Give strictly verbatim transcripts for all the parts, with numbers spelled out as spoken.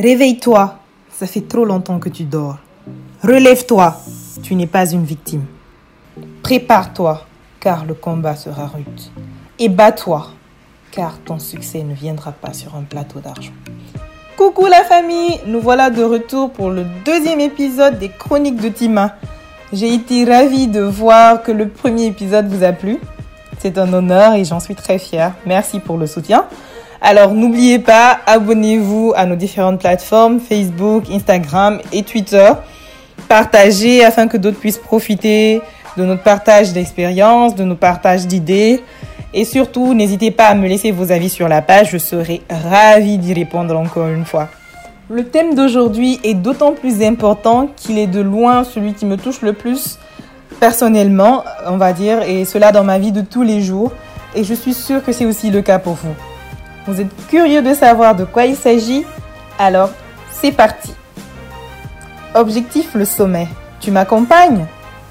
Réveille-toi, ça fait trop longtemps que tu dors. Relève-toi, tu n'es pas une victime. Prépare-toi, car le combat sera rude. Et bats-toi, car ton succès ne viendra pas sur un plateau d'argent. Coucou la famille, nous voilà de retour pour le deuxième épisode des Chroniques de Tima. J'ai été ravie de voir que le premier épisode vous a plu. C'est un honneur et j'en suis très fière. Merci pour le soutien. Alors n'oubliez pas, abonnez-vous à nos différentes plateformes, Facebook, Instagram et Twitter. Partagez afin que d'autres puissent profiter de notre partage d'expériences, de nos partages d'idées. Et surtout, n'hésitez pas à me laisser vos avis sur la page, je serai ravie d'y répondre encore une fois. Le thème d'aujourd'hui est d'autant plus important qu'il est de loin celui qui me touche le plus personnellement, on va dire, et cela dans ma vie de tous les jours. Et je suis sûre que c'est aussi le cas pour vous. Vous êtes curieux de savoir de quoi il s'agit? Alors, c'est parti. Objectif, le sommet. Tu m'accompagnes?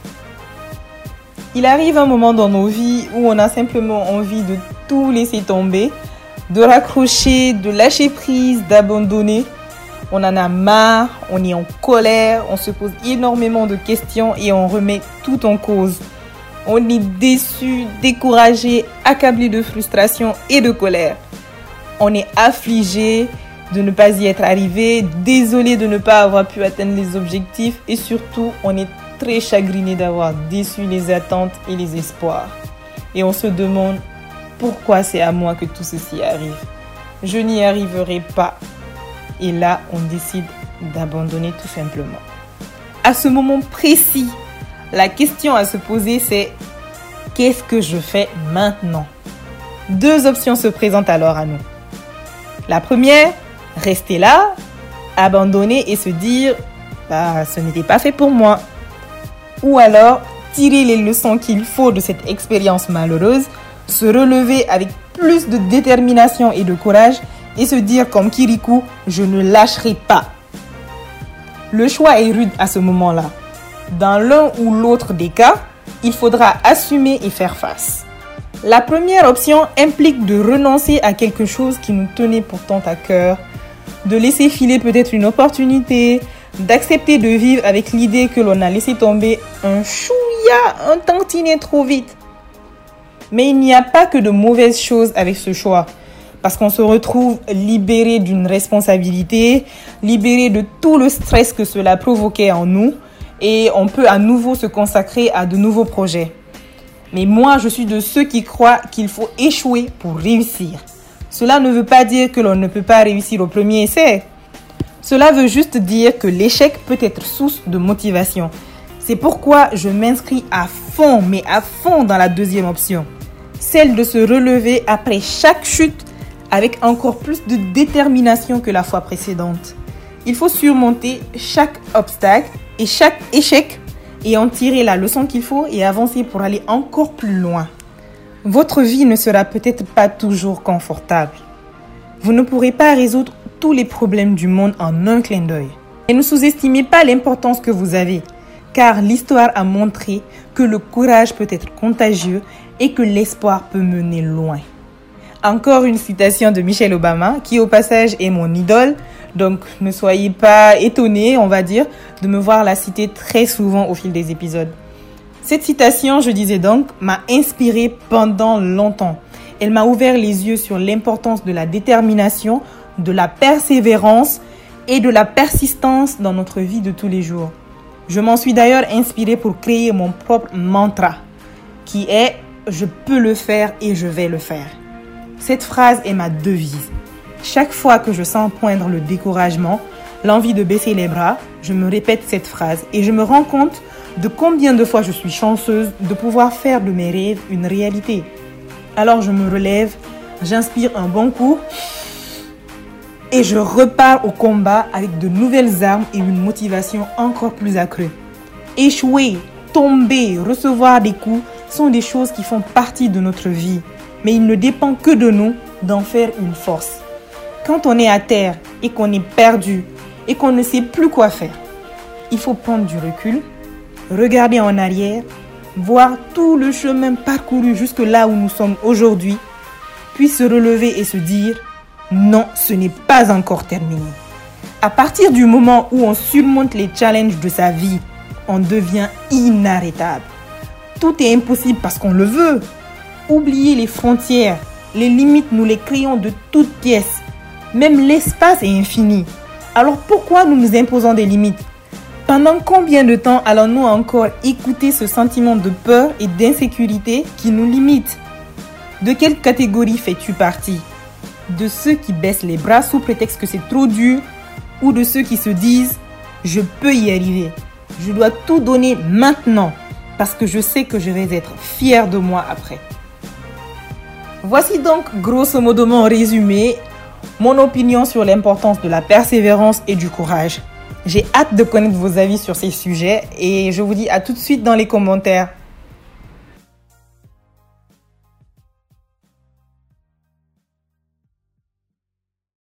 Il arrive un moment dans nos vies où on a simplement envie de tout laisser tomber, de raccrocher, de lâcher prise, d'abandonner. On en a marre, on est en colère, on se pose énormément de questions et on remet tout en cause. On est déçu, découragé, accablé de frustration et de colère. On est affligé de ne pas y être arrivé, désolé de ne pas avoir pu atteindre les objectifs et surtout, on est très chagriné d'avoir déçu les attentes et les espoirs. Et on se demande pourquoi c'est à moi que tout ceci arrive. Je n'y arriverai pas. Et là, on décide d'abandonner tout simplement. À ce moment précis, la question à se poser, c'est qu'est-ce que je fais maintenant? Deux options se présentent alors à nous. La première, rester là, abandonner et se dire bah, ce n'était pas fait pour moi. Ou alors, tirer les leçons qu'il faut de cette expérience malheureuse, se relever avec plus de détermination et de courage et se dire comme Kirikou, je ne lâcherai pas. Le choix est rude à ce moment-là. Dans l'un ou l'autre des cas, il faudra assumer et faire face. La première option implique de renoncer à quelque chose qui nous tenait pourtant à cœur, de laisser filer peut-être une opportunité, d'accepter de vivre avec l'idée que l'on a laissé tomber un chouïa, un tantinet trop vite. Mais il n'y a pas que de mauvaises choses avec ce choix, parce qu'on se retrouve libéré d'une responsabilité, libéré de tout le stress que cela provoquait en nous, et on peut à nouveau se consacrer à de nouveaux projets. Mais moi, je suis de ceux qui croient qu'il faut échouer pour réussir. Cela ne veut pas dire que l'on ne peut pas réussir au premier essai. Cela veut juste dire que l'échec peut être source de motivation. C'est pourquoi je m'inscris à fond, mais à fond dans la deuxième option. Celle de se relever après chaque chute avec encore plus de détermination que la fois précédente. Il faut surmonter chaque obstacle et chaque échec et en tirer la leçon qu'il faut et avancer pour aller encore plus loin. Votre vie ne sera peut-être pas toujours confortable. Vous ne pourrez pas résoudre tous les problèmes du monde en un clin d'œil. Et ne sous-estimez pas l'importance que vous avez, car l'histoire a montré que le courage peut être contagieux et que l'espoir peut mener loin. Encore une citation de Michelle Obama, qui au passage est mon idole, donc ne soyez pas étonnés, on va dire, de me voir la citer très souvent au fil des épisodes. Cette citation, je disais donc, m'a inspirée pendant longtemps. Elle m'a ouvert les yeux sur l'importance de la détermination, de la persévérance et de la persistance dans notre vie de tous les jours. Je m'en suis d'ailleurs inspirée pour créer mon propre mantra, qui est « Je peux le faire et je vais le faire ». Cette phrase est ma devise. Chaque fois que je sens poindre le découragement, l'envie de baisser les bras, je me répète cette phrase et je me rends compte de combien de fois je suis chanceuse de pouvoir faire de mes rêves une réalité. Alors je me relève, j'inspire un bon coup et je repars au combat avec de nouvelles armes et une motivation encore plus accrue. Échouer, tomber, recevoir des coups sont des choses qui font partie de notre vie, mais il ne dépend que de nous d'en faire une force. Quand on est à terre et qu'on est perdu et qu'on ne sait plus quoi faire, il faut prendre du recul, regarder en arrière, voir tout le chemin parcouru jusque là où nous sommes aujourd'hui, puis se relever et se dire « Non, ce n'est pas encore terminé ». À partir du moment où on surmonte les challenges de sa vie, on devient inarrêtable. Tout est impossible parce qu'on le veut. Oubliez les frontières. Les limites, nous les créons de toutes pièces. Même l'espace est infini. Alors pourquoi nous nous imposons des limites? Pendant combien de temps allons-nous encore écouter ce sentiment de peur et d'insécurité qui nous limite? De quelle catégorie fais-tu partie? De ceux qui baissent les bras sous prétexte que c'est trop dur ou de ceux qui se disent « je peux y arriver, je dois tout donner maintenant parce que je sais que je vais être fier de moi après ». Voici donc grosso modo mon résumé, mon opinion sur l'importance de la persévérance et du courage. J'ai hâte de connaître vos avis sur ces sujets et je vous dis à tout de suite dans les commentaires.